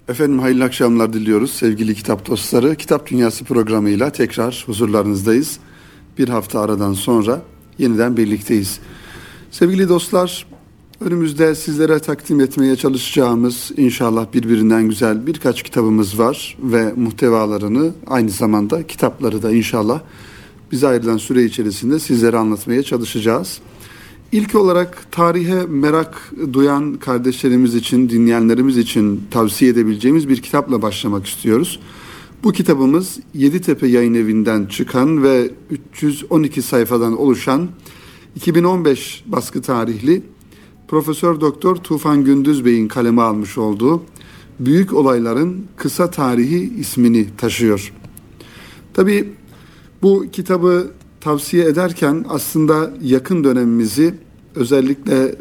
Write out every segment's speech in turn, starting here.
Efendim hayırlı akşamlar diliyoruz sevgili kitap dostları. Kitap Dünyası programıyla tekrar huzurlarınızdayız. Bir hafta aradan sonra yeniden birlikteyiz. Sevgili dostlar, önümüzde sizlere takdim etmeye çalışacağımız inşallah birbirinden güzel birkaç kitabımız var ve muhtevalarını aynı zamanda kitapları da inşallah bize ayrılan süre içerisinde sizlere anlatmaya çalışacağız. İlk olarak tarihe merak duyan kardeşlerimiz için, dinleyenlerimiz için tavsiye edebileceğimiz bir kitapla başlamak istiyoruz. Bu kitabımız Yeditepe Yayınevi'nden çıkan ve 312 sayfadan oluşan 2015 baskı tarihli Profesör Doktor Tufan Gündüz Bey'in kaleme almış olduğu Büyük Olayların Kısa Tarihi ismini taşıyor. Tabii bu kitabı tavsiye ederken aslında yakın dönemimizi özellikle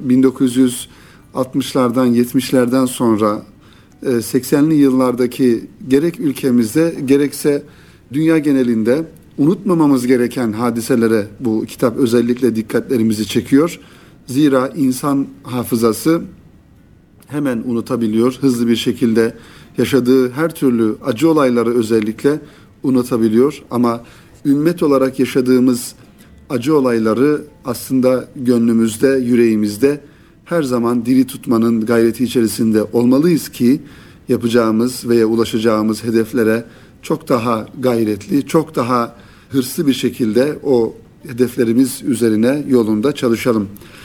1960'lardan 70'lerden sonra 80'li yıllardaki gerek ülkemizde gerekse dünya genelinde unutmamamız gereken hadiselere bu kitap özellikle dikkatlerimizi çekiyor. Zira insan hafızası hemen unutabiliyor, hızlı bir şekilde yaşadığı her türlü acı olayları özellikle unutabiliyor ama ümmet olarak yaşadığımız acı olayları aslında gönlümüzde, yüreğimizde her zaman diri tutmanın gayreti içerisinde olmalıyız ki yapacağımız veya ulaşacağımız hedeflere çok daha gayretli, çok daha hırslı bir şekilde o hedeflerimiz üzerine yolunda çalışalım.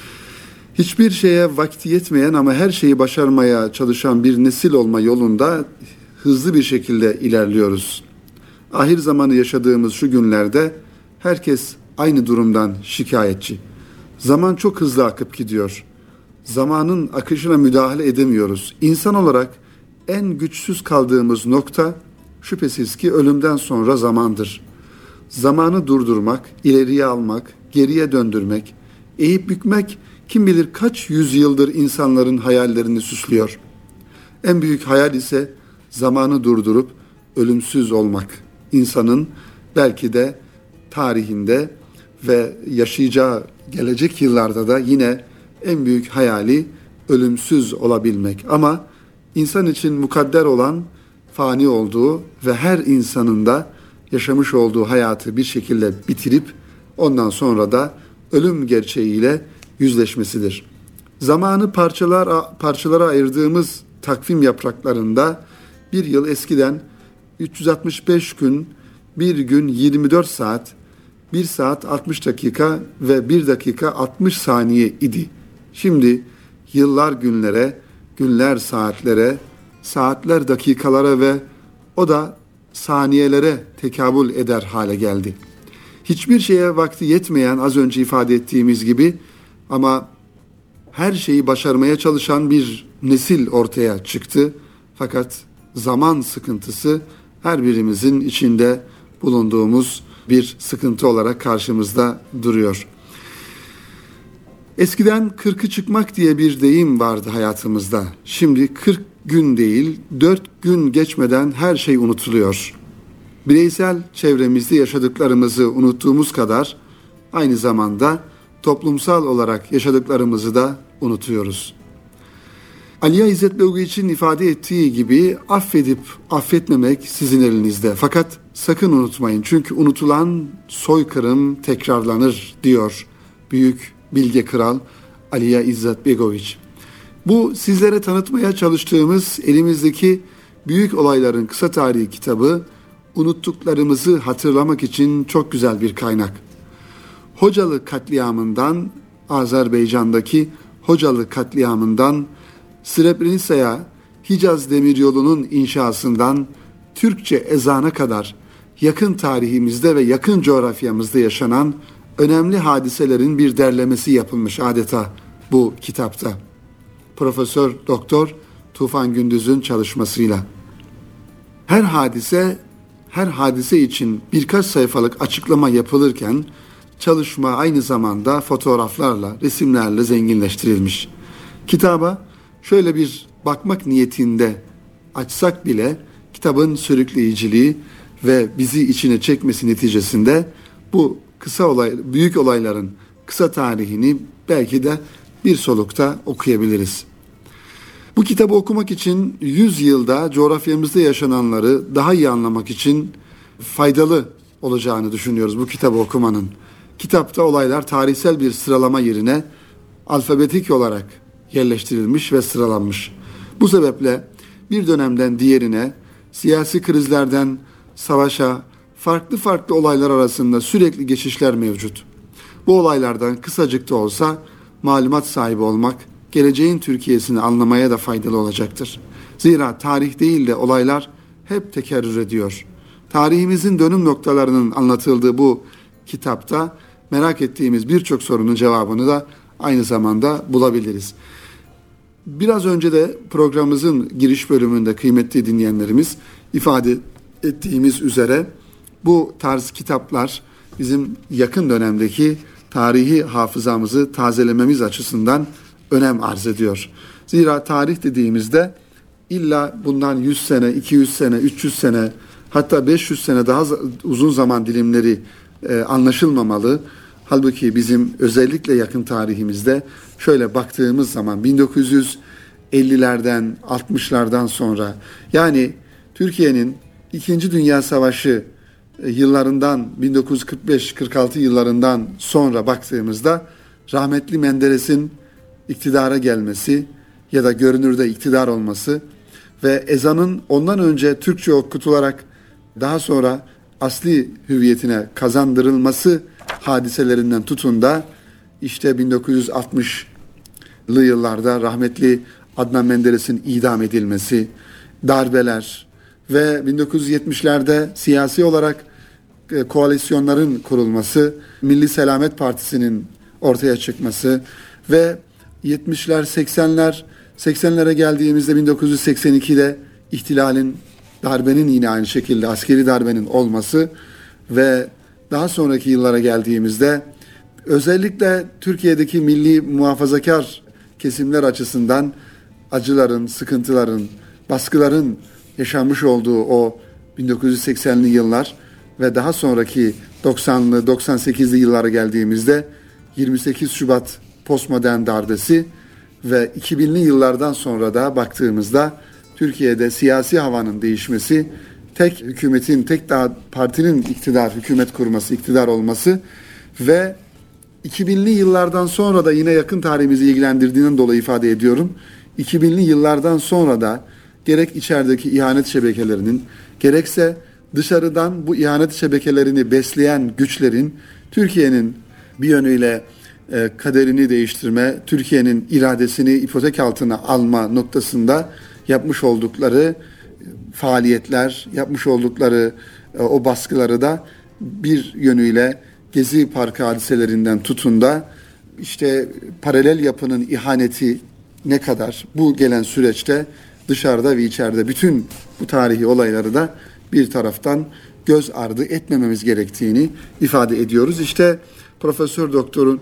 Hiçbir şeye vakti yetmeyen ama her şeyi başarmaya çalışan bir nesil olma yolunda hızlı bir şekilde ilerliyoruz. Ahir zamanı yaşadığımız şu günlerde herkes aynı durumdan şikayetçi. Zaman çok hızlı akıp gidiyor. Zamanın akışına müdahale edemiyoruz. İnsan olarak en güçsüz kaldığımız nokta şüphesiz ki ölümden sonra zamandır. Zamanı durdurmak, ileriye almak, geriye döndürmek, eğip bükmek kim bilir kaç yüzyıldır insanların hayallerini süslüyor. En büyük hayal ise zamanı durdurup ölümsüz olmak. İnsanın belki de tarihinde ve yaşayacağı gelecek yıllarda da yine en büyük hayali ölümsüz olabilmek. Ama insan için mukadder olan fani olduğu ve her insanın da yaşamış olduğu hayatı bir şekilde bitirip ondan sonra da ölüm gerçeğiyle yüzleşmesidir. Zamanı parçalara ayırdığımız takvim yapraklarında bir yıl eskiden 365 gün, bir gün 24 saat, 1 saat 60 dakika ve 1 dakika 60 saniye idi. Şimdi yıllar günlere, günler saatlere, saatler dakikalara ve o da saniyelere tekabül eder hale geldi. Hiçbir şeye vakti yetmeyen, az önce ifade ettiğimiz gibi ama her şeyi başarmaya çalışan bir nesil ortaya çıktı. Fakat zaman sıkıntısı her birimizin içinde bulunduğumuz bir sıkıntı olarak karşımızda duruyor. Eskiden 40'ı çıkmak diye bir deyim vardı hayatımızda. Şimdi 40 gün değil, 4 gün geçmeden her şey unutuluyor. Bireysel çevremizde yaşadıklarımızı unuttuğumuz kadar aynı zamanda toplumsal olarak yaşadıklarımızı da unutuyoruz. Aliya İzzet Begoviç'in ifade ettiği gibi affedip affetmemek sizin elinizde. Fakat sakın unutmayın çünkü unutulan soykırım tekrarlanır diyor büyük bilge kral Aliya İzzet Begoviç. Bu sizlere tanıtmaya çalıştığımız elimizdeki Büyük Olayların Kısa Tarihi kitabı unuttuklarımızı hatırlamak için çok güzel bir kaynak. Hocalı katliamından, Azerbaycan'daki Hocalı katliamından, Srebrenica'ya, Hicaz Demiryolu'nun inşasından Türkçe ezana kadar yakın tarihimizde ve yakın coğrafyamızda yaşanan önemli hadiselerin bir derlemesi yapılmış adeta bu kitapta. Profesör Doktor Tufan Gündüz'ün çalışmasıyla. Her hadise için birkaç sayfalık açıklama yapılırken çalışma aynı zamanda fotoğraflarla, resimlerle zenginleştirilmiş. Kitaba şöyle bir bakmak niyetinde açsak bile kitabın sürükleyiciliği ve bizi içine çekmesi neticesinde bu büyük olayların kısa tarihini belki de bir solukta okuyabiliriz. Bu kitabı okumak için 100 yılda coğrafyamızda yaşananları daha iyi anlamak için faydalı olacağını düşünüyoruz bu kitabı okumanın. Kitapta olaylar tarihsel bir sıralama yerine alfabetik olarak yerleştirilmiş ve sıralanmış. Bu sebeple bir dönemden diğerine, siyasi krizlerden savaşa, farklı farklı olaylar arasında sürekli geçişler mevcut. Bu olaylardan kısacık da olsa malumat sahibi olmak, geleceğin Türkiye'sini anlamaya da faydalı olacaktır. Zira tarih değil de olaylar hep tekerrür ediyor. Tarihimizin dönüm noktalarının anlatıldığı bu kitapta merak ettiğimiz birçok sorunun cevabını da aynı zamanda bulabiliriz. Biraz önce de programımızın giriş bölümünde kıymetli dinleyenlerimiz ifade ettiğimiz üzere bu tarz kitaplar bizim yakın dönemdeki tarihi hafızamızı tazelememiz açısından önem arz ediyor. Zira tarih dediğimizde illa bundan 100 sene, 200 sene, 300 sene hatta 500 sene daha uzun zaman dilimleri anlaşılmamalı. Halbuki bizim özellikle yakın tarihimizde şöyle baktığımız zaman 1950'lerden 60'lardan sonra yani Türkiye'nin 2. Dünya Savaşı yıllarından 1945-46 yıllarından sonra baktığımızda rahmetli Menderes'in iktidara gelmesi ya da görünürde iktidar olması ve ezanın ondan önce Türkçe okutularak daha sonra asli hüviyetine kazandırılması hadiselerinden tutun da işte 1960'lı yıllarda rahmetli Adnan Menderes'in idam edilmesi, darbeler ve 1970'lerde siyasi olarak koalisyonların kurulması, Milli Selamet Partisi'nin ortaya çıkması ve 70'ler, 80'lere geldiğimizde 1982'de ihtilalin, darbenin yine aynı şekilde askeri darbenin olması ve daha sonraki yıllara geldiğimizde özellikle Türkiye'deki milli muhafazakar kesimler açısından acıların, sıkıntıların, baskıların yaşanmış olduğu o 1980'li yıllar ve daha sonraki 90'lı, 98'li yıllara geldiğimizde 28 Şubat postmodern darbesi ve 2000'li yıllardan sonra da baktığımızda Türkiye'de siyasi havanın değişmesi, tek hükümetin, tek partinin hükümet kurması, iktidar olması ve 2000'li yıllardan sonra da yine yakın tarihimizi ilgilendirdiğinden dolayı ifade ediyorum. 2000'li yıllardan sonra da gerek içerideki ihanet şebekelerinin, gerekse dışarıdan bu ihanet şebekelerini besleyen güçlerin Türkiye'nin bir yönüyle kaderini değiştirme, Türkiye'nin iradesini ipotek altına alma noktasında yapmış oldukları faaliyetler, yapmış oldukları o baskıları da bir yönüyle Gezi Parkı hadiselerinden tutun da işte paralel yapının ihaneti ne kadar bu gelen süreçte dışarıda ve içeride bütün bu tarihi olayları da bir taraftan göz ardı etmememiz gerektiğini ifade ediyoruz. İşte Profesör Doktor'un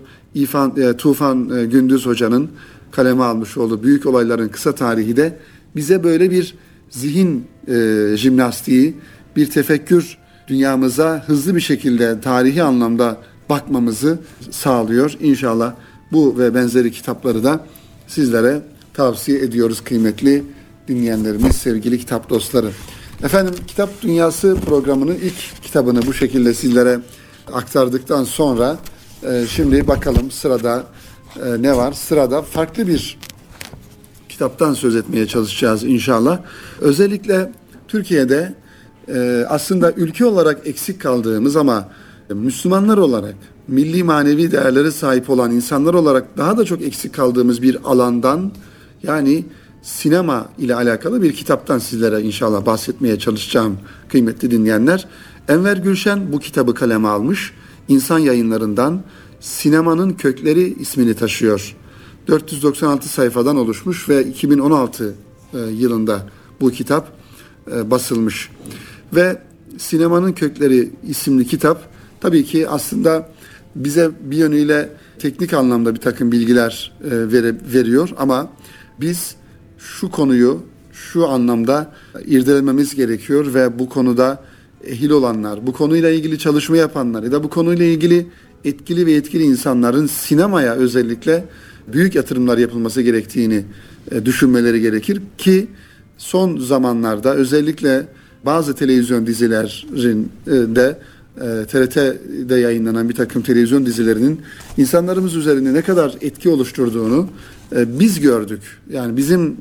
Tufan Gündüz Hoca'nın kaleme almış olduğu Büyük Olayların Kısa Tarihi de bize böyle bir zihin jimnastiği, bir tefekkür dünyamıza hızlı bir şekilde tarihi anlamda bakmamızı sağlıyor. İnşallah bu ve benzeri kitapları da sizlere tavsiye ediyoruz kıymetli dinleyenlerimiz, sevgili kitap dostları. Efendim, Kitap Dünyası programının ilk kitabını bu şekilde sizlere aktardıktan sonra şimdi bakalım sırada ne var? Sırada farklı bir kitaptan söz etmeye çalışacağız inşallah. Özellikle Türkiye'de aslında ülke olarak eksik kaldığımız ama Müslümanlar olarak, milli manevi değerlere sahip olan insanlar olarak daha da çok eksik kaldığımız bir alandan, yani sinema ile alakalı bir kitaptan sizlere inşallah bahsetmeye çalışacağım kıymetli dinleyenler. Enver Gülşen bu kitabı kaleme almış. İnsan Yayınları'ndan Sinemanın Kökleri ismini taşıyor. 496 sayfadan oluşmuş ve 2016 yılında bu kitap basılmış. Ve Sinemanın Kökleri isimli kitap tabii ki aslında bize bir yönüyle teknik anlamda bir takım bilgiler veriyor ama biz şu konuyu şu anlamda irdelememiz gerekiyor ve bu konuda ehil olanlar, bu konuyla ilgili çalışma yapanlar ya da bu konuyla ilgili etkili ve yetkili insanların sinemaya özellikle büyük yatırımlar yapılması gerektiğini düşünmeleri gerekir ki son zamanlarda özellikle bazı televizyon dizilerin de TRT'de yayınlanan bir takım televizyon dizilerinin insanlarımız üzerinde ne kadar etki oluşturduğunu biz gördük. Yani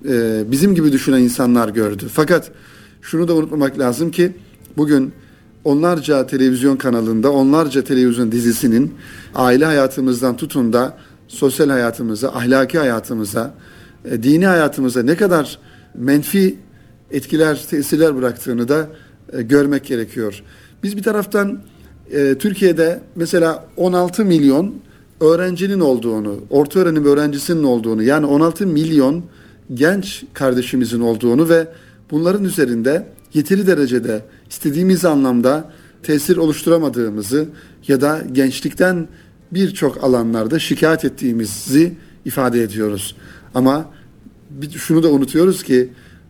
bizim gibi düşünen insanlar gördü. Fakat şunu da unutmamak lazım ki bugün onlarca televizyon kanalında, onlarca televizyon dizisinin aile hayatımızdan tutun da sosyal hayatımıza, ahlaki hayatımıza, dini hayatımıza ne kadar menfi etkiler, tesirler bıraktığını da görmek gerekiyor. Biz bir taraftan Türkiye'de mesela 16 milyon öğrencinin olduğunu, orta öğrenim öğrencisinin olduğunu, yani 16 milyon genç kardeşimizin olduğunu ve bunların üzerinde yeteri derecede istediğimiz anlamda tesir oluşturamadığımızı ya da gençlikten birçok alanlarda şikayet ettiğimizi ifade ediyoruz. Ama şunu da unutuyoruz ki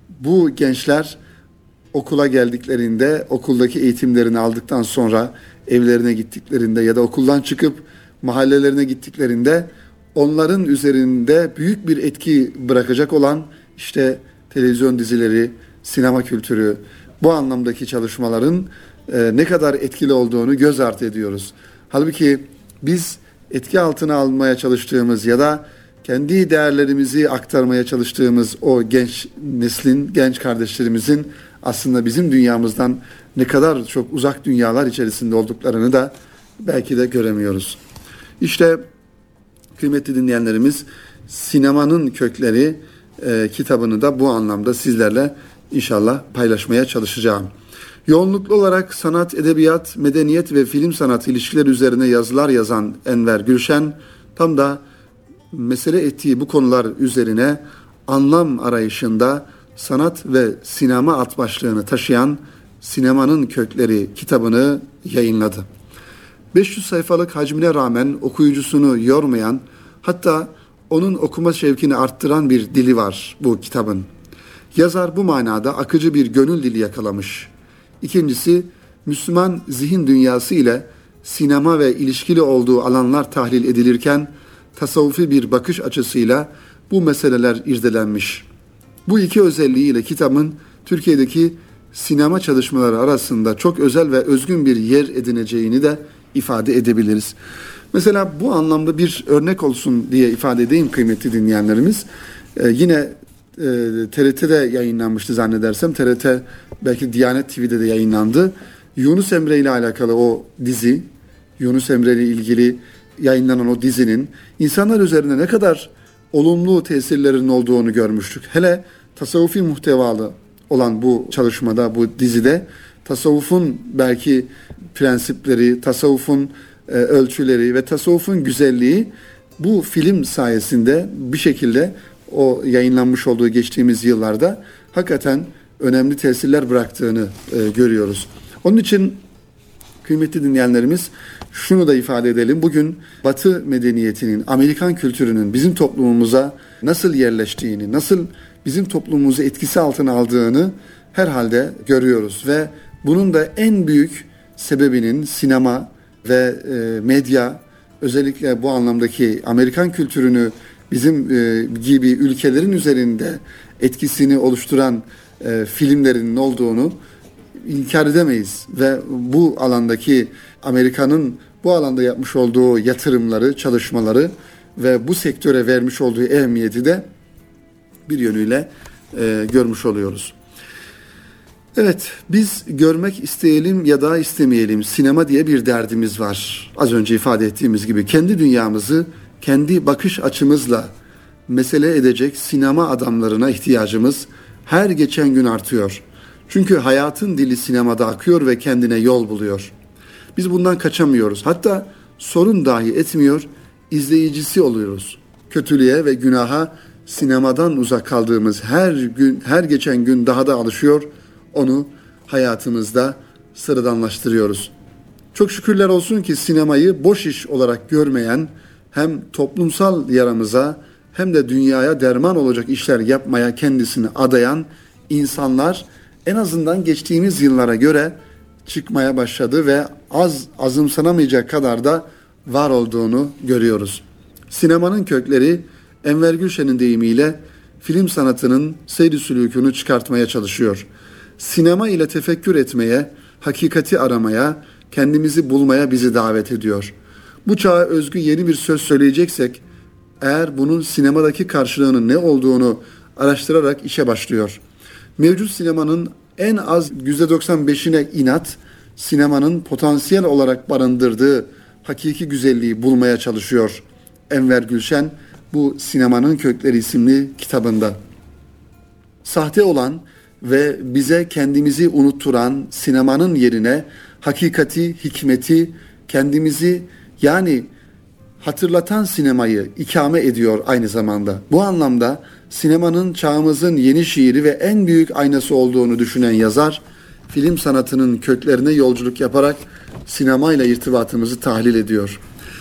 bu gençler okula geldiklerinde, okuldaki eğitimlerini aldıktan sonra evlerine gittiklerinde ya da okuldan çıkıp mahallelerine gittiklerinde onların üzerinde büyük bir etki bırakacak olan işte televizyon dizileri, sinema kültürü, bu anlamdaki çalışmaların ne kadar etkili olduğunu göz ardı ediyoruz. Halbuki biz etki altına almaya çalıştığımız ya da kendi değerlerimizi aktarmaya çalıştığımız o genç neslin, genç kardeşlerimizin aslında bizim dünyamızdan ne kadar çok uzak dünyalar içerisinde olduklarını da belki de göremiyoruz. İşte kıymetli dinleyenlerimiz, Sinemanın Kökleri kitabını da bu anlamda sizlerle inşallah paylaşmaya çalışacağım. Yoğunluklu olarak sanat, edebiyat, medeniyet ve film sanatı ilişkileri üzerine yazılar yazan Enver Gülşen, tam da mesele ettiği bu konular üzerine anlam arayışında sanat ve sinema alt başlığını taşıyan Sinemanın Kökleri kitabını yayınladı. 500 sayfalık hacmine rağmen okuyucusunu yormayan, hatta onun okuma şevkini arttıran bir dili var bu kitabın. Yazar bu manada akıcı bir gönül dili yakalamış. İkincisi, Müslüman zihin dünyası ile sinema ve ilişkili olduğu alanlar tahlil edilirken tasavvufi bir bakış açısıyla bu meseleler irdelenmiş. Bu iki özelliğiyle kitabın Türkiye'deki sinema çalışmaları arasında çok özel ve özgün bir yer edineceğini de ifade edebiliriz. Mesela bu anlamda bir örnek olsun diye ifade edeyim kıymetli dinleyenlerimiz. Yine TRT'de yayınlanmıştı zannedersem. TRT belki Diyanet TV'de de yayınlandı. Yunus Emre ile alakalı o dizi, Yunus Emre ile ilgili yayınlanan o dizinin insanlar üzerine ne kadar olumlu tesirlerinin olduğunu görmüştük. Hele tasavvufi muhtevalı olan bu çalışmada, bu dizide tasavvufun belki prensipleri, tasavvufun ölçüleri ve tasavvufun güzelliği bu film sayesinde bir şekilde o yayınlanmış olduğu geçtiğimiz yıllarda hakikaten önemli tesirler bıraktığını görüyoruz. Onun için kıymetli dinleyenlerimiz, şunu da ifade edelim. Bugün Batı medeniyetinin, Amerikan kültürünün bizim toplumumuza nasıl yerleştiğini, nasıl bizim toplumumuzu etkisi altına aldığını herhalde görüyoruz ve bunun da en büyük sebebinin sinema ve medya, özellikle bu anlamdaki Amerikan kültürünü bizim gibi ülkelerin üzerinde etkisini oluşturan filmlerin olduğunu inkar edemeyiz ve bu alandaki Amerika'nın bu alanda yapmış olduğu yatırımları, çalışmaları ve bu sektöre vermiş olduğu ehemmiyeti de bir yönüyle görmüş oluyoruz. Evet, biz görmek isteyelim ya da istemeyelim, sinema diye bir derdimiz var. Az önce ifade ettiğimiz gibi kendi dünyamızı kendi bakış açımızla mesele edecek sinema adamlarına ihtiyacımız her geçen gün artıyor. Çünkü hayatın dili sinemada akıyor ve kendine yol buluyor. Biz bundan kaçamıyoruz. Hatta sorun dahi etmiyor, izleyicisi oluyoruz. Kötülüğe ve günaha sinemadan uzak kaldığımız her geçen gün daha da alışıyor, onu hayatımızda sıradanlaştırıyoruz. Çok şükürler olsun ki sinemayı boş iş olarak görmeyen, hem toplumsal yaramıza hem de dünyaya derman olacak işler yapmaya kendisini adayan insanlar en azından geçtiğimiz yıllara göre çıkmaya başladı ve azımsanamayacak kadar da var olduğunu görüyoruz. Sinemanın kökleri, Enver Gülşen'in deyimiyle film sanatının seyri sülûkünü çıkartmaya çalışıyor. Sinema ile tefekkür etmeye, hakikati aramaya, kendimizi bulmaya bizi davet ediyor. Bu çağa özgü yeni bir söz söyleyeceksek, eğer bunun sinemadaki karşılığının ne olduğunu araştırarak işe başlıyor. Mevcut sinemanın en az %95'ine inat, sinemanın potansiyel olarak barındırdığı hakiki güzelliği bulmaya çalışıyor. Enver Gülşen bu Sinemanın Kökleri isimli kitabında. Sahte olan ve bize kendimizi unutturan sinemanın yerine hakikati, hikmeti, kendimizi yani hatırlatan sinemayı ikame ediyor aynı zamanda. Bu anlamda sinemanın çağımızın yeni şiiri ve en büyük aynası olduğunu düşünen yazar, film sanatının köklerine yolculuk yaparak sinemayla irtibatımızı tahlil ediyor.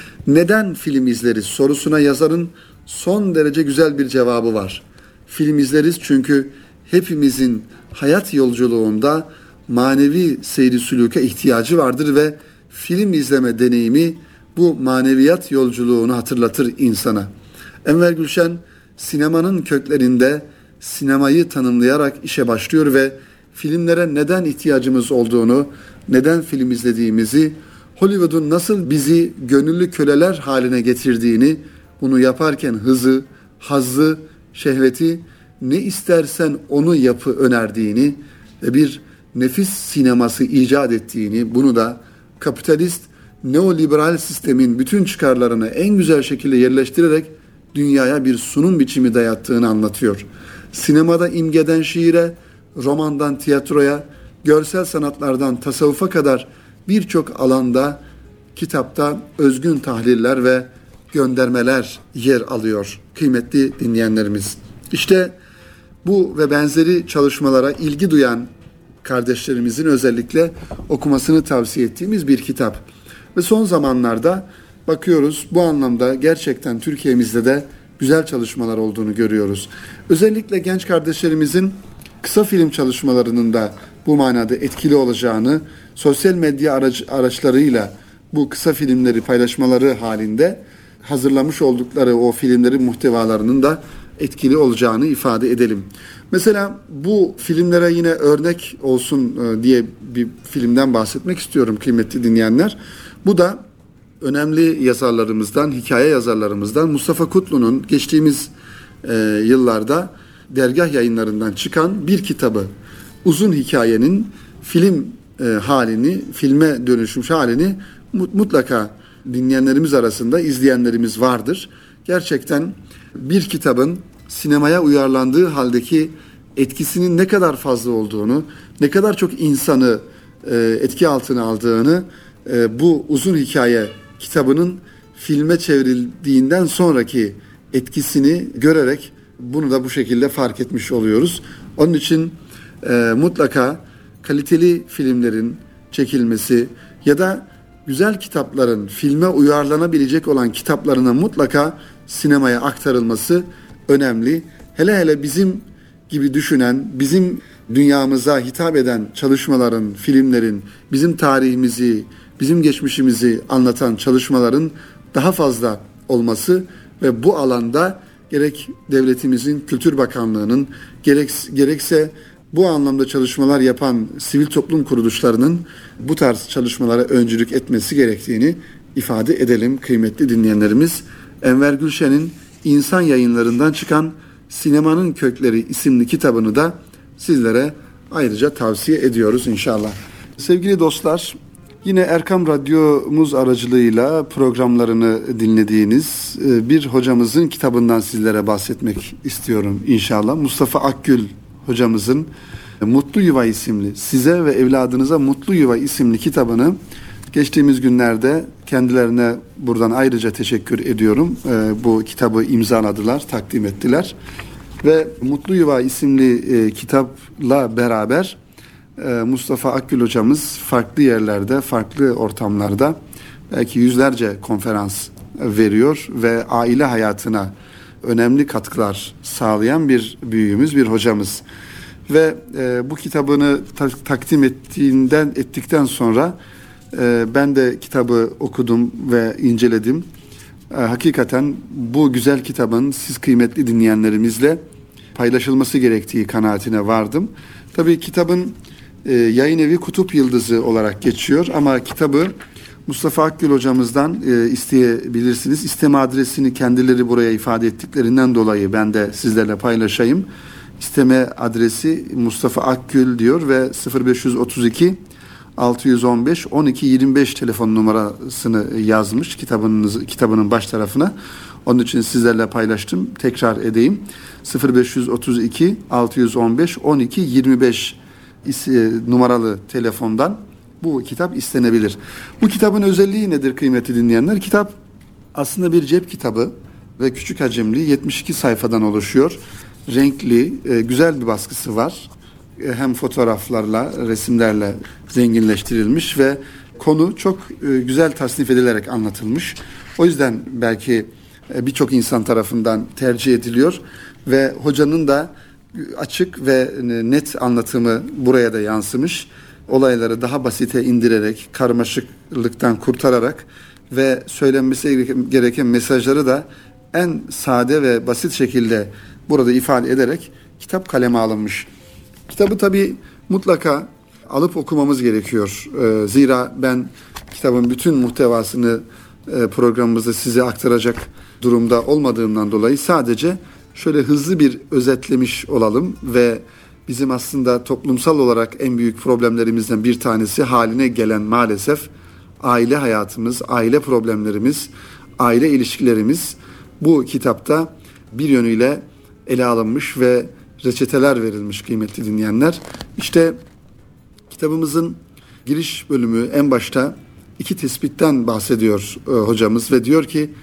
Neden film izleriz sorusuna yazarın son derece güzel bir cevabı var. Film izleriz çünkü hepimizin hayat yolculuğunda manevi seyri sülûke ihtiyacı vardır ve film izleme deneyimi bu maneviyat yolculuğunu hatırlatır insana. Enver Gülşen sinemanın köklerinde sinemayı tanımlayarak işe başlıyor ve filmlere neden ihtiyacımız olduğunu, neden film izlediğimizi, Hollywood'un nasıl bizi gönüllü köleler haline getirdiğini, bunu yaparken hızı, hazzı, şehveti, ne istersen onu yapı önerdiğini ve bir nefis sineması icat ettiğini, bunu da kapitalist, neoliberal sistemin bütün çıkarlarını en güzel şekilde yerleştirerek dünyaya bir sunum biçimi dayattığını anlatıyor. Sinemada imgeden şiire, romandan tiyatroya, görsel sanatlardan tasavvufa kadar birçok alanda kitapta özgün tahliller ve göndermeler yer alıyor kıymetli dinleyenlerimiz. İşte bu ve benzeri çalışmalara ilgi duyan kardeşlerimizin özellikle okumasını tavsiye ettiğimiz bir kitap. Ve son zamanlarda bakıyoruz bu anlamda gerçekten Türkiye'mizde de güzel çalışmalar olduğunu görüyoruz. Özellikle genç kardeşlerimizin kısa film çalışmalarının da bu manada etkili olacağını, sosyal medya araçlarıyla bu kısa filmleri paylaşmaları halinde hazırlamış oldukları o filmlerin muhtevalarının da etkili olacağını ifade edelim. Mesela bu filmlere yine örnek olsun diye bir filmden bahsetmek istiyorum kıymetli dinleyenler. Bu da önemli yazarlarımızdan, hikaye yazarlarımızdan Mustafa Kutlu'nun geçtiğimiz yıllarda dergah yayınlarından çıkan bir kitabı. Uzun hikayenin film halini, filme dönüşmüş halini mutlaka dinleyenlerimiz arasında izleyenlerimiz vardır. Gerçekten bir kitabın sinemaya uyarlandığı haldeki etkisinin ne kadar fazla olduğunu, ne kadar çok insanı etki altına aldığını bu uzun hikaye kitabının filme çevrildiğinden sonraki etkisini görerek bunu da bu şekilde fark etmiş oluyoruz. Onun için mutlaka kaliteli filmlerin çekilmesi ya da güzel kitapların filme uyarlanabilecek olan kitaplarına mutlaka sinemaya aktarılması önemli. Hele hele bizim gibi düşünen, bizim dünyamıza hitap eden çalışmaların, filmlerin, bizim tarihimizi, bizim geçmişimizi anlatan çalışmaların daha fazla olması ve bu alanda gerek devletimizin Kültür Bakanlığı'nın gerekse bu anlamda çalışmalar yapan sivil toplum kuruluşlarının bu tarz çalışmalara öncülük etmesi gerektiğini ifade edelim kıymetli dinleyenlerimiz. Enver Gülşen'in İnsan Yayınlarından çıkan Sinemanın Kökleri isimli kitabını da sizlere ayrıca tavsiye ediyoruz inşallah. Sevgili dostlar, yine Erkam Radyomuz aracılığıyla programlarını dinlediğiniz bir hocamızın kitabından sizlere bahsetmek istiyorum inşallah. Mustafa Akgül hocamızın Mutlu Yuva isimli, size ve evladınıza Mutlu Yuva isimli kitabını geçtiğimiz günlerde kendilerine buradan ayrıca teşekkür ediyorum. Bu kitabı imzaladılar, takdim ettiler. Ve Mutlu Yuva isimli kitapla beraber Mustafa Akgül hocamız farklı yerlerde, farklı ortamlarda belki yüzlerce konferans veriyor ve aile hayatına önemli katkılar sağlayan bir büyüğümüz, bir hocamız. Ve bu kitabını takdim ettikten sonra ben de kitabı okudum ve inceledim. Hakikaten bu güzel kitabın siz kıymetli dinleyenlerimizle paylaşılması gerektiği kanaatine vardım. Tabii kitabın yayın evi Kutup Yıldızı olarak geçiyor ama kitabı Mustafa Akgül hocamızdan isteyebilirsiniz. İsteme adresini kendileri buraya ifade ettiklerinden dolayı ben de sizlerle paylaşayım. İsteme adresi Mustafa Akgül diyor ve 0532 615 12 25 telefon numarasını yazmış kitabının baş tarafına. Onun için sizlerle paylaştım. Tekrar edeyim. 0532 615 12 25 numaralı telefondan bu kitap istenebilir. Bu kitabın özelliği nedir kıymetli dinleyenler? Kitap aslında bir cep kitabı ve küçük hacimli 72 sayfadan oluşuyor. Renkli, güzel bir baskısı var. Hem fotoğraflarla, resimlerle zenginleştirilmiş ve konu çok güzel tasnif edilerek anlatılmış. O yüzden belki birçok insan tarafından tercih ediliyor ve hocanın da açık ve net anlatımı buraya da yansımış. Olayları daha basite indirerek, karmaşıklıktan kurtararak ve söylenmesi gereken mesajları da en sade ve basit şekilde burada ifade ederek kitap kaleme alınmış. Kitabı tabii mutlaka alıp okumamız gerekiyor. Zira ben kitabın bütün muhtevasını programımızda size aktaracak durumda olmadığımdan dolayı sadece şöyle hızlı bir özetlemiş olalım ve bizim aslında toplumsal olarak en büyük problemlerimizden bir tanesi haline gelen maalesef aile hayatımız, aile problemlerimiz, aile ilişkilerimiz bu kitapta bir yönüyle ele alınmış ve reçeteler verilmiş kıymetli dinleyenler. İşte kitabımızın giriş bölümü en başta iki tespitten bahsediyor hocamız ve diyor ki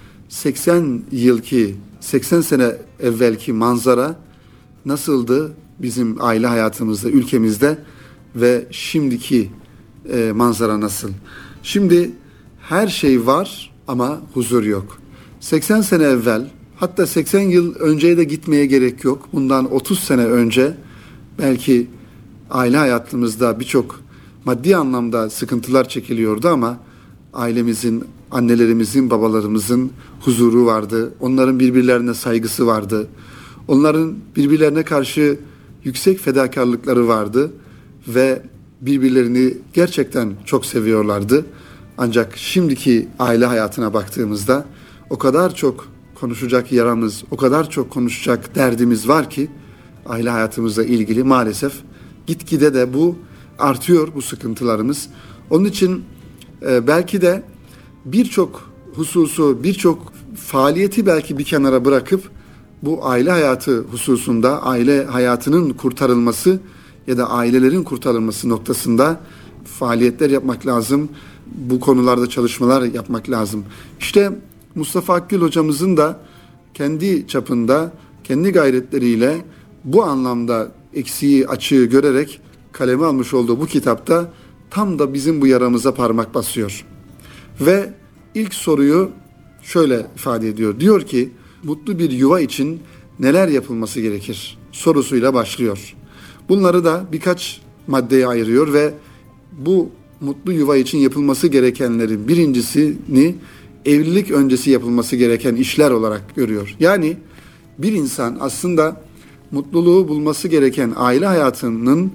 80 sene evvelki manzara nasıldı bizim aile hayatımızda, ülkemizde ve şimdiki manzara nasıl? Şimdi her şey var ama huzur yok. 80 sene evvel, hatta 80 yıl önceye de gitmeye gerek yok. Bundan 30 sene önce belki aile hayatımızda birçok maddi anlamda sıkıntılar çekiliyordu ama ailemizin, annelerimizin, babalarımızın huzuru vardı. Onların birbirlerine saygısı vardı. Onların birbirlerine karşı yüksek fedakarlıkları vardı ve birbirlerini gerçekten çok seviyorlardı. Ancak şimdiki aile hayatına baktığımızda o kadar çok konuşacak yaramız, o kadar çok konuşacak derdimiz var ki aile hayatımızla ilgili maalesef gitgide de bu artıyor, bu sıkıntılarımız. Onun için belki de birçok hususu, birçok faaliyeti belki bir kenara bırakıp bu aile hayatı hususunda, aile hayatının kurtarılması ya da ailelerin kurtarılması noktasında faaliyetler yapmak lazım. Bu konularda çalışmalar yapmak lazım. İşte Mustafa Akgül hocamızın da kendi çapında, kendi gayretleriyle bu anlamda eksiği, açığı görerek kaleme almış olduğu bu kitapta tam da bizim bu yaramıza parmak basıyor. Ve ilk soruyu şöyle ifade ediyor. Diyor ki, mutlu bir yuva için neler yapılması gerekir sorusuyla başlıyor. Bunları da birkaç maddeye ayırıyor ve bu mutlu yuva için yapılması gerekenlerin birincisini evlilik öncesi yapılması gereken işler olarak görüyor. Yani bir insan aslında mutluluğu bulması gereken aile hayatının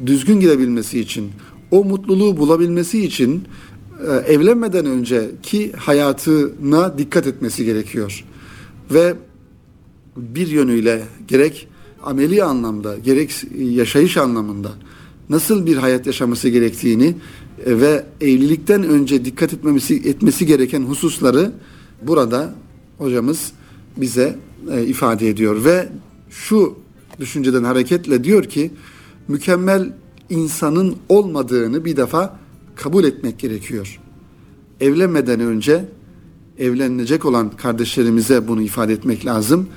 düzgün gidebilmesi için, o mutluluğu bulabilmesi için evlenmeden önceki hayatına dikkat etmesi gerekiyor. Ve bir yönüyle gerek ameli anlamda, gerek yaşayış anlamında nasıl bir hayat yaşaması gerektiğini ve evlilikten önce dikkat etmesi gereken hususları burada hocamız bize ifade ediyor. Ve şu düşünceden hareketle diyor ki, mükemmel insanın olmadığını bir defa kabul etmek gerekiyor. Evlenmeden önce evlenecek olan kardeşlerimize bunu ifade etmek lazım.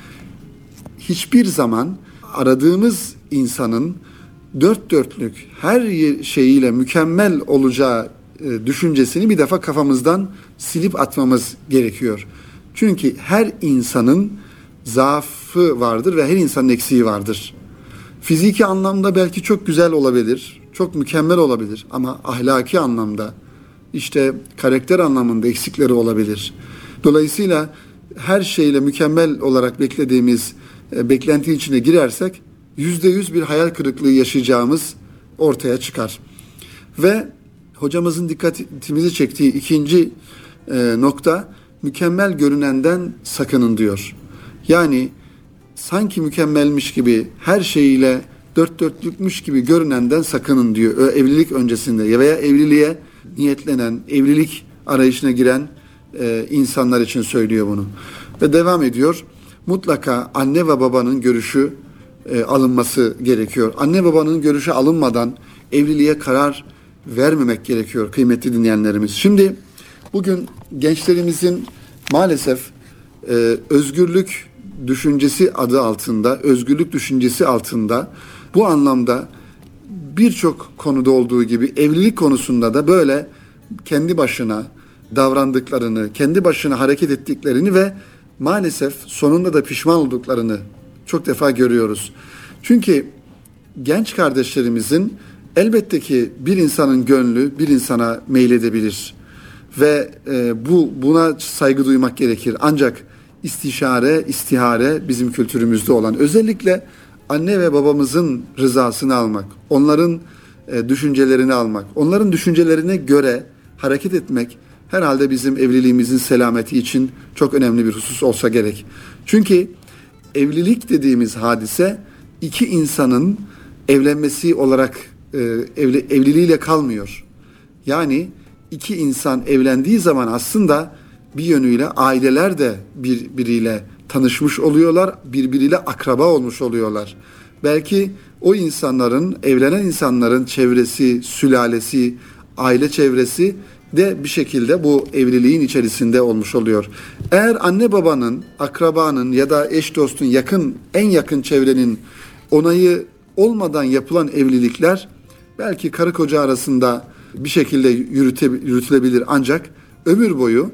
Hiçbir zaman aradığımız insanın dört dörtlük her şeyiyle mükemmel olacağı düşüncesini bir defa kafamızdan silip atmamız gerekiyor. Çünkü her insanın zaafı vardır ve her insanın eksiği vardır. Fiziki anlamda belki çok güzel olabilir, çok mükemmel olabilir ama ahlaki anlamda, işte karakter anlamında eksikleri olabilir. Dolayısıyla her şeyle mükemmel olarak beklediğimiz beklenti içine girersek %100 bir hayal kırıklığı yaşayacağımız ortaya çıkar. Ve hocamızın dikkatimizi çektiği ikinci nokta, mükemmel görünenden sakının diyor. Yani sanki mükemmelmiş gibi, her şeyiyle dört dörtlükmüş gibi görünenden sakının diyor. Evlilik öncesinde veya evliliğe niyetlenen, evlilik arayışına giren insanlar için söylüyor bunu. Ve devam ediyor. Mutlaka anne ve babanın görüşü alınması gerekiyor. Anne babanın görüşü alınmadan evliliğe karar vermemek gerekiyor kıymetli dinleyenlerimiz. Şimdi bugün gençlerimizin maalesef özgürlük düşüncesi adı altında, özgürlük düşüncesi altında bu anlamda birçok konuda olduğu gibi evlilik konusunda da böyle kendi başına davrandıklarını, kendi başına hareket ettiklerini ve maalesef sonunda da pişman olduklarını çok defa görüyoruz. Çünkü genç kardeşlerimizin elbette ki bir insanın gönlü bir insana meyledebilir ve buna saygı duymak gerekir. Ancak istişare, istihare bizim kültürümüzde olan, özellikle anne ve babamızın rızasını almak, onların düşüncelerini almak, onların düşüncelerine göre hareket etmek herhalde bizim evliliğimizin selameti için çok önemli bir husus olsa gerek. Çünkü evlilik dediğimiz hadise iki insanın evlenmesi olarak evliliğiyle kalmıyor. Yani iki insan evlendiği zaman aslında bir yönüyle aileler de birbiriyle tanışmış oluyorlar, birbiriyle akraba olmuş oluyorlar. Belki o insanların, evlenen insanların çevresi, sülalesi, aile çevresi de bir şekilde bu evliliğin içerisinde olmuş oluyor. Eğer anne babanın, akrabanın ya da eş dostun, en yakın çevrenin onayı olmadan yapılan evlilikler belki karı koca arasında bir şekilde yürütülebilir, ancak ömür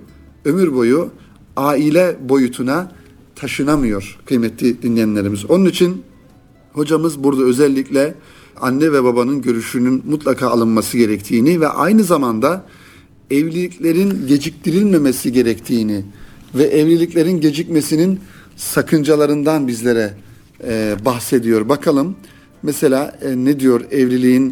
boyu aile boyutuna taşınamıyor kıymetli dinleyenlerimiz. Onun için hocamız burada özellikle anne ve babanın görüşünün mutlaka alınması gerektiğini ve aynı zamanda evliliklerin geciktirilmemesi gerektiğini ve evliliklerin gecikmesinin sakıncalarından bizlere bahsediyor. Bakalım mesela ne diyor evliliğin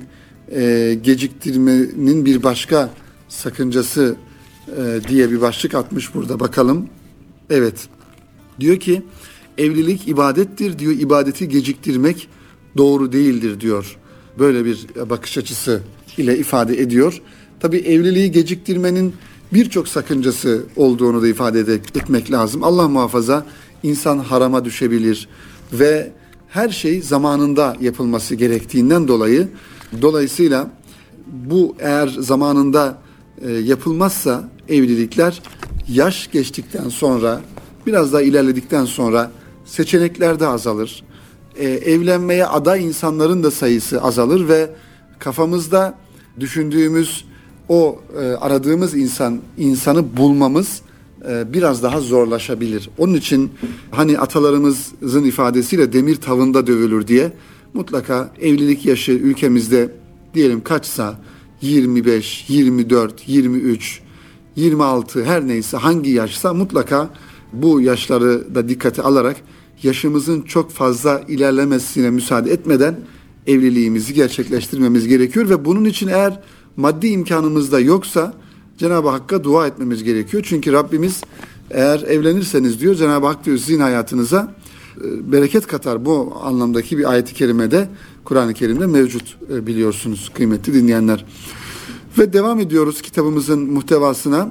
geciktirmenin bir başka sakıncası diye bir başlık atmış burada, bakalım. Evet, diyor ki evlilik ibadettir diyor, ibadeti geciktirmek doğru değildir diyor. Böyle bir bakış açısı ile ifade ediyor. Tabii evliliği geciktirmenin birçok sakıncası olduğunu da ifade etmek lazım. Allah muhafaza, insan harama düşebilir ve her şey zamanında yapılması gerektiğinden dolayısıyla bu eğer zamanında yapılmazsa evlilikler yaş geçtikten sonra, biraz daha ilerledikten sonra seçenekler de azalır. Evlenmeye aday insanların da sayısı azalır ve kafamızda düşündüğümüz o aradığımız insanı bulmamız biraz daha zorlaşabilir. Onun için hani atalarımızın ifadesiyle demir tavında dövülür diye mutlaka evlilik yaşı ülkemizde diyelim kaçsa 25, 24, 23, 26 her neyse hangi yaşsa mutlaka bu yaşları da dikkate alarak yaşımızın çok fazla ilerlemesine müsaade etmeden evliliğimizi gerçekleştirmemiz gerekiyor ve bunun için eğer maddi imkanımız da yoksa Cenab-ı Hakk'a dua etmemiz gerekiyor. Çünkü Rabbimiz eğer evlenirseniz diyor, Cenab-ı Hak diyor sizin hayatınıza bereket katar. Bu anlamdaki bir ayet-i kerimede Kur'an-ı Kerim'de mevcut biliyorsunuz kıymetli dinleyenler. Ve devam ediyoruz kitabımızın muhtevasına.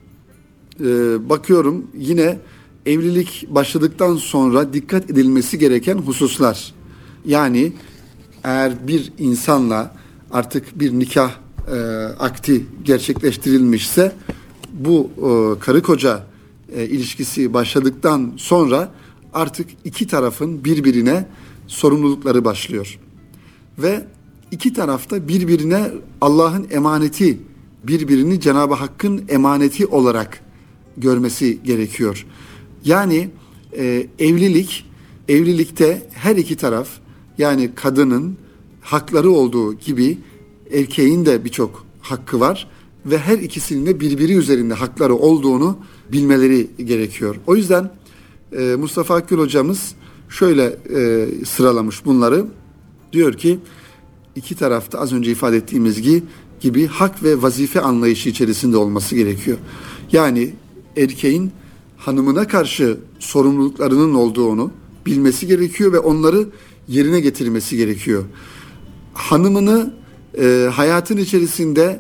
Bakıyorum yine evlilik başladıktan sonra dikkat edilmesi gereken hususlar. Yani eğer bir insanla artık bir nikah akti gerçekleştirilmişse bu karı koca ilişkisi başladıktan sonra artık iki tarafın birbirine sorumlulukları başlıyor. Ve iki tarafta birbirine Allah'ın emaneti, birbirini Cenab-ı Hakk'ın emaneti olarak görmesi gerekiyor. Yani evlilikte her iki taraf, yani kadının hakları olduğu gibi erkeğin de birçok hakkı var ve her ikisinin de birbiri üzerinde hakları olduğunu bilmeleri gerekiyor. O yüzden Mustafa Akgül hocamız şöyle sıralamış bunları. Diyor ki iki tarafta az önce ifade ettiğimiz gibi hak ve vazife anlayışı içerisinde olması gerekiyor. Yani erkeğin hanımına karşı sorumluluklarının olduğunu bilmesi gerekiyor ve onları yerine getirmesi gerekiyor. Hanımını hayatın içerisinde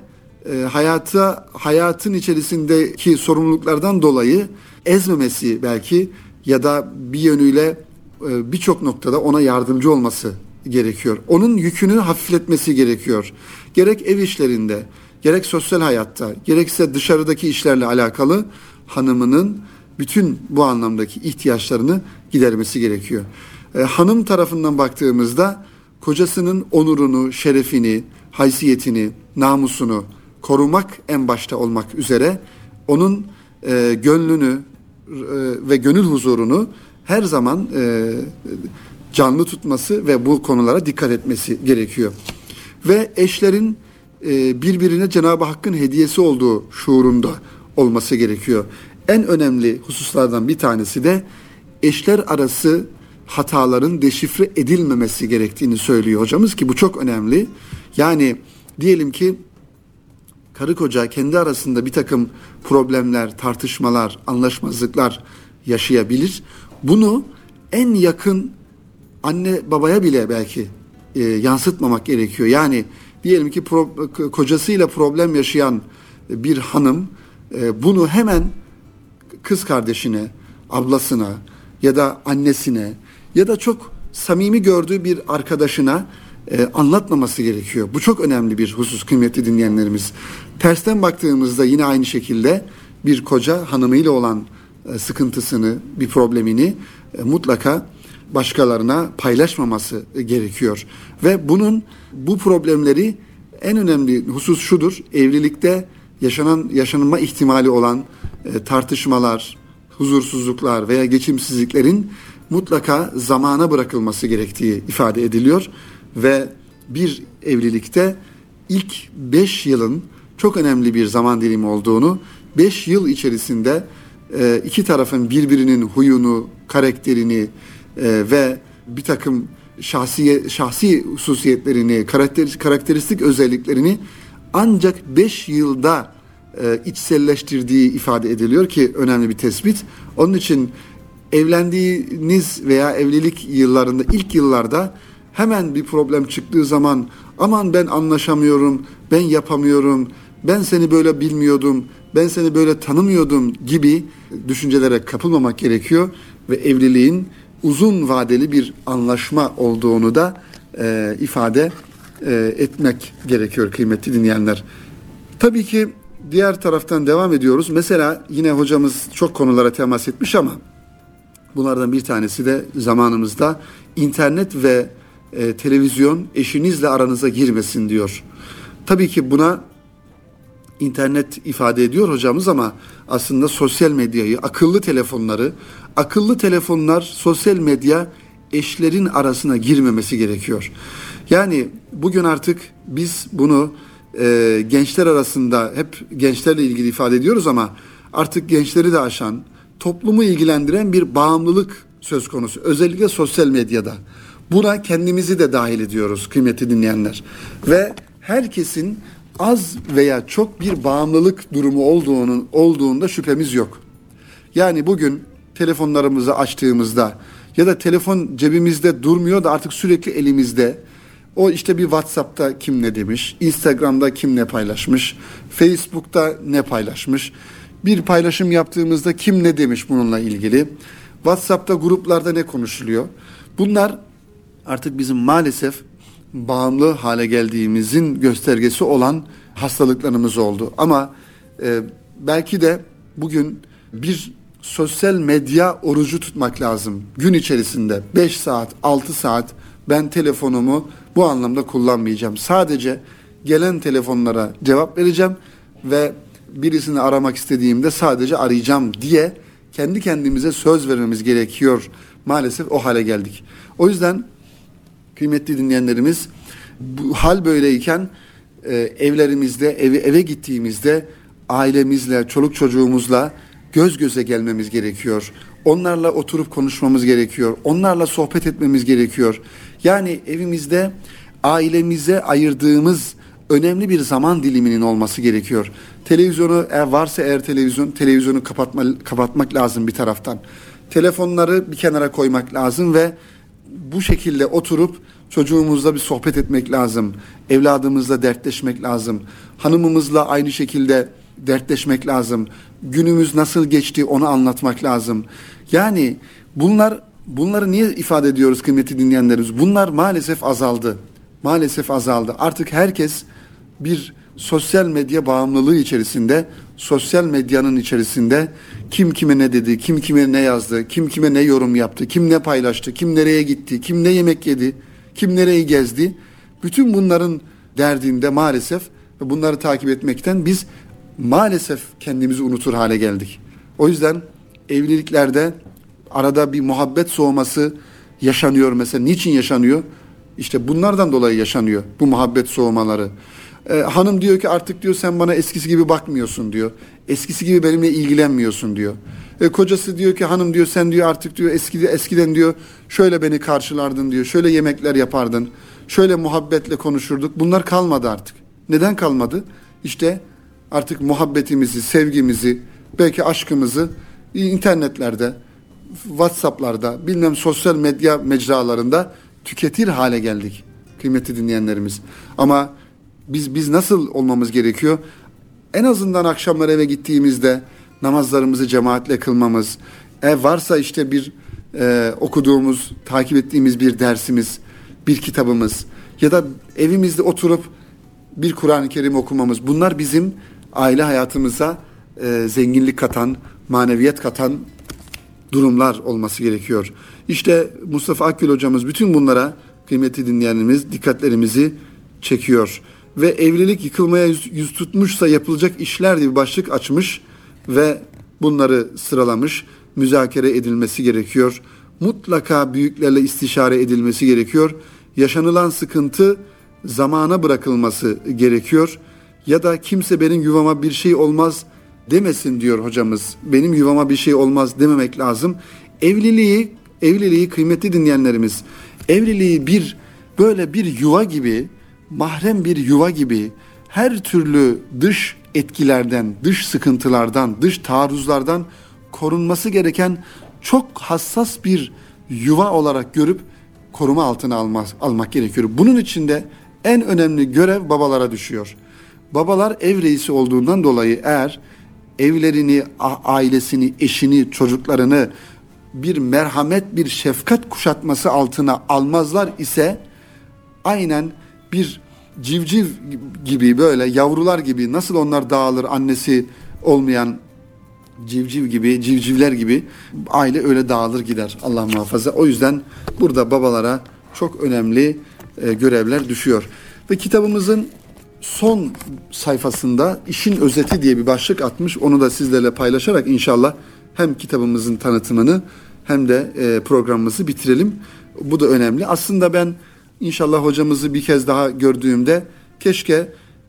hayatın içerisindeki sorumluluklardan dolayı ezmemesi belki ya da bir yönüyle birçok noktada ona yardımcı olması gerekiyor. Onun yükünü hafifletmesi gerekiyor. Gerek ev işlerinde, gerek sosyal hayatta, gerekse dışarıdaki işlerle alakalı hanımının bütün bu anlamdaki ihtiyaçlarını gidermesi gerekiyor. Hanım tarafından baktığımızda kocasının onurunu, şerefini, haysiyetini, namusunu korumak en başta olmak üzere onun gönlünü ve gönül huzurunu her zaman canlı tutması ve bu konulara dikkat etmesi gerekiyor. Ve eşlerin birbirine Cenab-ı Hakk'ın hediyesi olduğu şuurunda olması gerekiyor. En önemli hususlardan bir tanesi de eşler arası hataların deşifre edilmemesi gerektiğini söylüyor hocamız ki bu çok önemli. Yani diyelim ki karı koca kendi arasında bir takım problemler, tartışmalar, anlaşmazlıklar yaşayabilir. Bunu en yakın anne babaya bile belki yansıtmamak gerekiyor. Yani diyelim ki kocasıyla problem yaşayan bir hanım bunu hemen kız kardeşine, ablasına ya da annesine ya da çok samimi gördüğü bir arkadaşına anlatmaması gerekiyor. Bu çok önemli bir husus kıymetli dinleyenlerimiz. Tersten baktığımızda yine aynı şekilde bir koca hanımıyla olan sıkıntısını, bir problemini mutlaka başkalarına paylaşmaması gerekiyor. Ve bu problemleri en önemli husus şudur. Evlilikte yaşanma ihtimali olan tartışmalar, huzursuzluklar veya geçimsizliklerin mutlaka zamana bırakılması gerektiği ifade ediliyor. Ve bir evlilikte ilk 5 yılın çok önemli bir zaman dilimi olduğunu, 5 yıl içerisinde iki tarafın birbirinin huyunu, karakterini ve bir takım şahsi hususiyetlerini, karakteristik özelliklerini ancak 5 yılda içselleştirdiği ifade ediliyor ki önemli bir tespit. Onun için evlendiğiniz veya evlilik yıllarında, ilk yıllarda hemen bir problem çıktığı zaman aman ben anlaşamıyorum, ben yapamıyorum, ben seni böyle bilmiyordum, ben seni böyle tanımıyordum gibi düşüncelere kapılmamak gerekiyor ve evliliğin uzun vadeli bir anlaşma olduğunu da ifade etmek gerekiyor kıymetli dinleyenler. Tabii ki diğer taraftan devam ediyoruz. Mesela yine hocamız çok konulara temas etmiş ama bunlardan bir tanesi de zamanımızda internet ve televizyon eşinizle aranıza girmesin diyor. Tabii ki buna internet ifade ediyor hocamız ama aslında sosyal medyayı, akıllı telefonlar, sosyal medya eşlerin arasına girmemesi gerekiyor. Yani bugün artık biz bunu gençler arasında hep gençlerle ilgili ifade ediyoruz ama artık gençleri de aşan, toplumu ilgilendiren bir bağımlılık söz konusu. Özellikle sosyal medyada. Buna kendimizi de dahil ediyoruz kıymetli dinleyenler. Ve herkesin az veya çok bir bağımlılık durumu olduğunda şüphemiz yok. Yani bugün telefonlarımızı açtığımızda ya da telefon cebimizde durmuyor da artık sürekli elimizde. O işte bir WhatsApp'ta kim ne demiş, Instagram'da kim ne paylaşmış, Facebook'ta ne paylaşmış, bir paylaşım yaptığımızda kim ne demiş bununla ilgili, WhatsApp'ta gruplarda ne konuşuluyor. Bunlar artık bizim maalesef bağımlı hale geldiğimizin göstergesi olan hastalıklarımız oldu. Ama belki de bugün bir sosyal medya orucu tutmak lazım. Gün içerisinde 5 saat, 6 saat ben telefonumu bu anlamda kullanmayacağım. Sadece gelen telefonlara cevap vereceğim ve birisini aramak istediğimde sadece arayacağım diye kendi kendimize söz vermemiz gerekiyor. Maalesef o hale geldik. O yüzden kıymetli dinleyenlerimiz bu hal böyleyken evlerimizde, eve gittiğimizde ailemizle, çoluk çocuğumuzla göz göze gelmemiz gerekiyor. Onlarla oturup konuşmamız gerekiyor. Onlarla sohbet etmemiz gerekiyor. Yani evimizde ailemize ayırdığımız önemli bir zaman diliminin olması gerekiyor. Televizyonu varsa eğer televizyonu kapatmak lazım bir taraftan. Telefonları bir kenara koymak lazım ve bu şekilde oturup çocuğumuzla bir sohbet etmek lazım. Evladımızla dertleşmek lazım. Hanımımızla aynı şekilde dertleşmek lazım. Günümüz nasıl geçti onu anlatmak lazım. Yani bunları niye ifade ediyoruz kıymetli dinleyenlerimiz? Bunlar maalesef azaldı. Maalesef azaldı. Artık herkes bir sosyal medya bağımlılığı içerisinde, sosyal medyanın içerisinde kim kime ne dedi, kim kime ne yazdı, kim kime ne yorum yaptı, kim ne paylaştı, kim nereye gitti, kim ne yemek yedi, kim nereyi gezdi. Bütün bunların derdinde maalesef ve bunları takip etmekten biz maalesef kendimizi unutur hale geldik. O yüzden evliliklerde arada bir muhabbet soğuması yaşanıyor mesela. Niçin yaşanıyor? İşte bunlardan dolayı yaşanıyor bu muhabbet soğumaları. Hanım diyor ki artık diyor sen bana eskisi gibi bakmıyorsun diyor. Eskisi gibi benimle ilgilenmiyorsun diyor. Kocası diyor ki hanım diyor sen diyor artık diyor eskiden diyor şöyle beni karşılardın diyor. Şöyle yemekler yapardın. Şöyle muhabbetle konuşurduk. Bunlar kalmadı artık. Neden kalmadı? İşte artık muhabbetimizi, sevgimizi, belki aşkımızı internetlerde, WhatsApp'larda, bilmem sosyal medya mecralarında tüketir hale geldik kıymetli dinleyenlerimiz. Ama biz nasıl olmamız gerekiyor? En azından akşamlar eve gittiğimizde namazlarımızı cemaatle kılmamız, varsa işte bir okuduğumuz, takip ettiğimiz bir dersimiz, bir kitabımız ya da evimizde oturup bir Kur'an-ı Kerim okumamız. Bunlar bizim aile hayatımıza zenginlik katan, maneviyet katan durumlar olması gerekiyor. İşte Mustafa Akgül hocamız bütün bunlara kıymetli dinleyenlerimiz dikkatlerimizi çekiyor. Ve evlilik yıkılmaya yüz tutmuşsa yapılacak işler diye bir başlık açmış ve bunları sıralamış. Müzakere edilmesi gerekiyor. Mutlaka büyüklerle istişare edilmesi gerekiyor. Yaşanılan sıkıntı zamana bırakılması gerekiyor. Ya da kimse benim yuvama bir şey olmaz demesin diyor hocamız. Benim yuvama bir şey olmaz dememek lazım. Evliliği kıymetli dinleyenlerimiz, evliliği böyle bir yuva gibi, mahrem bir yuva gibi her türlü dış etkilerden, dış sıkıntılardan, dış taarruzlardan korunması gereken çok hassas bir yuva olarak görüp koruma altına almak gerekiyor. Bunun için de en önemli görev babalara düşüyor. Babalar ev reisi olduğundan dolayı eğer evlerini, ailesini, eşini, çocuklarını bir merhamet, bir şefkat kuşatması altına almazlar ise aynen bir civciv gibi böyle yavrular gibi nasıl onlar dağılır annesi olmayan civcivler gibi aile öyle dağılır gider Allah muhafaza. O yüzden burada babalara çok önemli görevler düşüyor. Ve kitabımızın son sayfasında işin özeti diye bir başlık atmış. Onu da sizlerle paylaşarak inşallah hem kitabımızın tanıtımını hem de programımızı bitirelim. Bu da önemli. Aslında ben İnşallah hocamızı bir kez daha gördüğümde keşke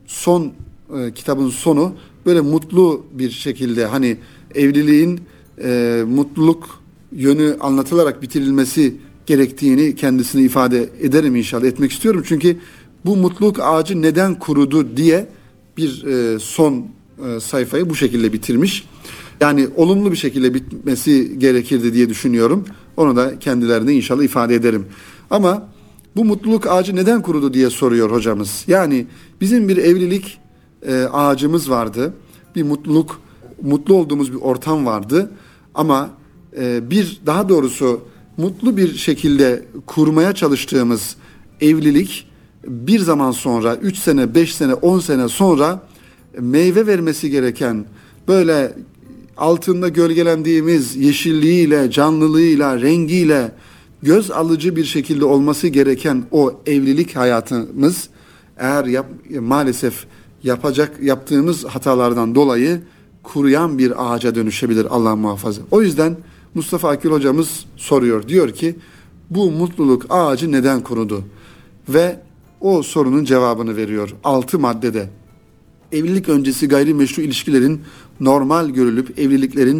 kitabın sonu böyle mutlu bir şekilde hani evliliğin mutluluk yönü anlatılarak bitirilmesi gerektiğini kendisine ifade ederim inşallah etmek istiyorum. Çünkü bu mutluluk ağacı neden kurudu diye bir son sayfayı bu şekilde bitirmiş. Yani olumlu bir şekilde bitmesi gerekirdi diye düşünüyorum. Onu da kendilerine inşallah ifade ederim. Ama bu mutluluk ağacı neden kurudu diye soruyor hocamız. Yani bizim bir evlilik ağacımız vardı. Bir mutlu olduğumuz bir ortam vardı. Ama daha doğrusu mutlu bir şekilde kurmaya çalıştığımız evlilik bir zaman sonra 3 sene, 5 sene, 10 sene sonra meyve vermesi gereken böyle altında gölgelendiğimiz yeşilliğiyle, canlılığıyla, rengiyle göz alıcı bir şekilde olması gereken o evlilik hayatımız eğer maalesef yaptığımız hatalardan dolayı kuruyan bir ağaca dönüşebilir Allah muhafaza. O yüzden Mustafa Akgül hocamız soruyor. Diyor ki bu mutluluk ağacı neden kurudu? Ve o sorunun cevabını veriyor 6 maddede. Evlilik öncesi gayrimeşru ilişkilerin normal görülüp evliliklerin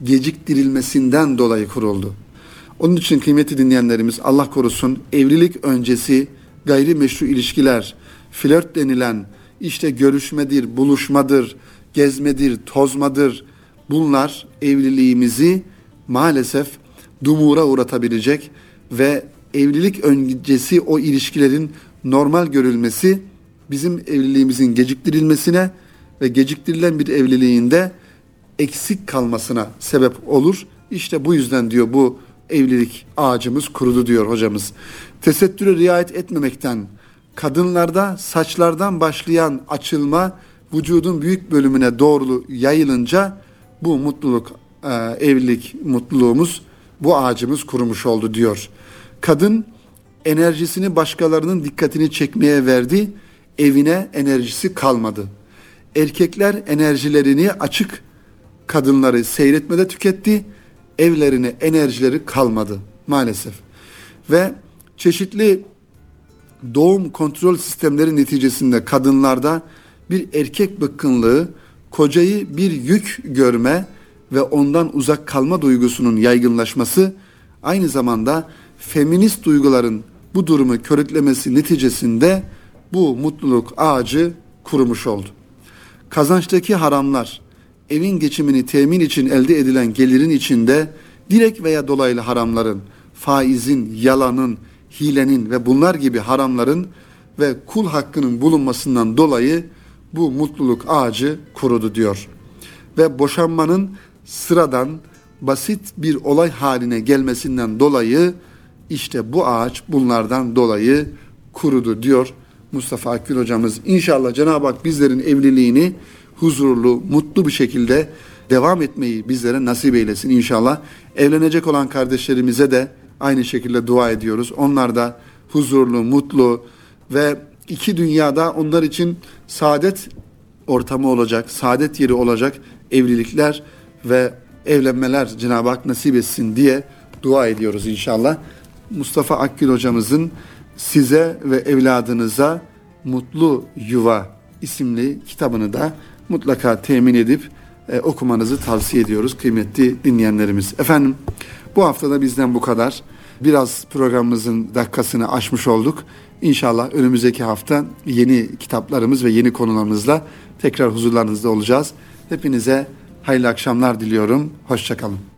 geciktirilmesinden dolayı kuruldu. Onun için kıymetli dinleyenlerimiz, Allah korusun, evlilik öncesi gayrimeşru ilişkiler, flört denilen işte görüşmedir, buluşmadır, gezmedir, tozmadır, bunlar evliliğimizi maalesef dumura uğratabilecek ve evlilik öncesi o ilişkilerin normal görülmesi bizim evliliğimizin geciktirilmesine ve geciktirilen bir evliliğinde eksik kalmasına sebep olur. İşte bu yüzden diyor bu evlilik ağacımız kurudu diyor hocamız. Tesettüre riayet etmemekten, kadınlarda saçlardan başlayan açılma vücudun büyük bölümüne doğru yayılınca bu mutluluk, evlilik mutluluğumuz, bu ağacımız kurumuş oldu diyor. Kadın enerjisini başkalarının dikkatini çekmeye verdi, evine enerjisi kalmadı. Erkekler enerjilerini açık kadınları seyretmede tüketti, evlerine enerjileri kalmadı maalesef. Ve çeşitli doğum kontrol sistemleri neticesinde kadınlarda bir erkek bıkkınlığı, kocayı bir yük görme ve ondan uzak kalma duygusunun yaygınlaşması, aynı zamanda feminist duyguların bu durumu körüklemesi neticesinde bu mutluluk ağacı kurumuş oldu. Kazançtaki haramlar, evin geçimini temin için elde edilen gelirin içinde direkt veya dolaylı haramların, faizin, yalanın, hilenin ve bunlar gibi haramların ve kul hakkının bulunmasından dolayı bu mutluluk ağacı kurudu diyor. Ve boşanmanın sıradan, basit bir olay haline gelmesinden dolayı işte bu ağaç bunlardan dolayı kurudu diyor Mustafa Akgül hocamız. İnşallah Cenab-ı Hak bizlerin evliliğini huzurlu, mutlu bir şekilde devam etmeyi bizlere nasip eylesin inşallah. Evlenecek olan kardeşlerimize de aynı şekilde dua ediyoruz. Onlar da huzurlu, mutlu ve iki dünyada onlar için saadet ortamı olacak, saadet yeri olacak evlilikler ve evlenmeler Cenab-ı Hak nasip etsin diye dua ediyoruz inşallah. Mustafa Akgül hocamızın Size ve Evladınıza Mutlu Yuva isimli kitabını da mutlaka temin edip okumanızı tavsiye ediyoruz kıymetli dinleyenlerimiz. Efendim, bu haftada bizden bu kadar. Biraz programımızın dakikasını aşmış olduk. İnşallah önümüzdeki hafta yeni kitaplarımız ve yeni konularımızla tekrar huzurlarınızda olacağız. Hepinize hayırlı akşamlar diliyorum. Hoşça kalın.